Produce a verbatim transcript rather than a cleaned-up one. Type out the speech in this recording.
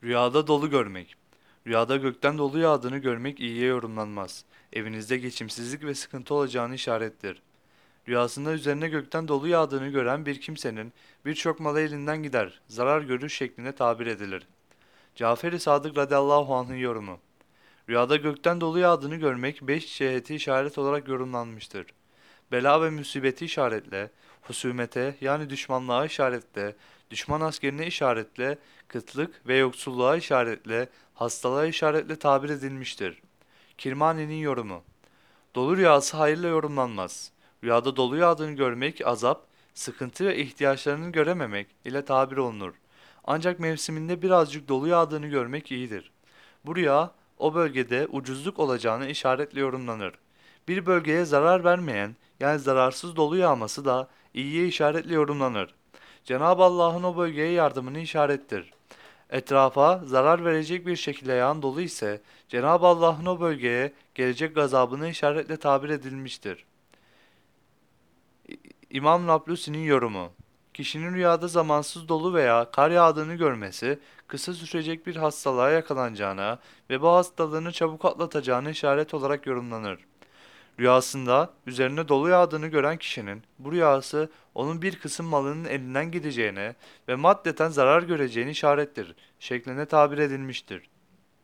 Rüyada dolu görmek. Rüyada gökten dolu yağdığını görmek iyiye yorumlanmaz. Evinizde geçimsizlik ve sıkıntı olacağını işarettir. Rüyasında üzerine gökten dolu yağdığını gören bir kimsenin birçok malı elinden gider, zarar görür şeklinde tabir edilir. Cafer-i Sadık radıyallahu anh'ın yorumu. Rüyada gökten dolu yağdığını görmek beş ciheti işaret olarak yorumlanmıştır. Bela ve musibeti işaretle, husumete yani düşmanlığa işaretle, düşman askerine işaretle, kıtlık ve yoksulluğa işaretle, hastalığa işaretle tabir edilmiştir. Kirmani'nin yorumu. Dolu rüyası hayırla yorumlanmaz. Rüyada dolu yağdığını görmek azap, sıkıntı ve ihtiyaçlarını görememek ile tabir olunur. Ancak mevsiminde birazcık dolu yağdığını görmek iyidir. Bu rüya o bölgede ucuzluk olacağını işaretle yorumlanır. Bir bölgeye zarar vermeyen yani zararsız dolu yağması da iyiye işaretle yorumlanır. Cenab-ı Allah'ın o bölgeye yardımını işarettir. Etrafa zarar verecek bir şekilde yağan dolu ise Cenab-ı Allah'ın o bölgeye gelecek gazabını işaretle tabir edilmiştir. İmam Nablusi'nin yorumu. Kişinin rüyada zamansız dolu veya kar yağdığını görmesi, kısa sürecek bir hastalığa yakalanacağına ve bu hastalığını çabuk atlatacağına işaret olarak yorumlanır. Rüyasında üzerine dolu yağdığını gören kişinin bu rüyası onun bir kısım malının elinden gideceğine ve maddeten zarar göreceğini işarettir şeklinde tabir edilmiştir.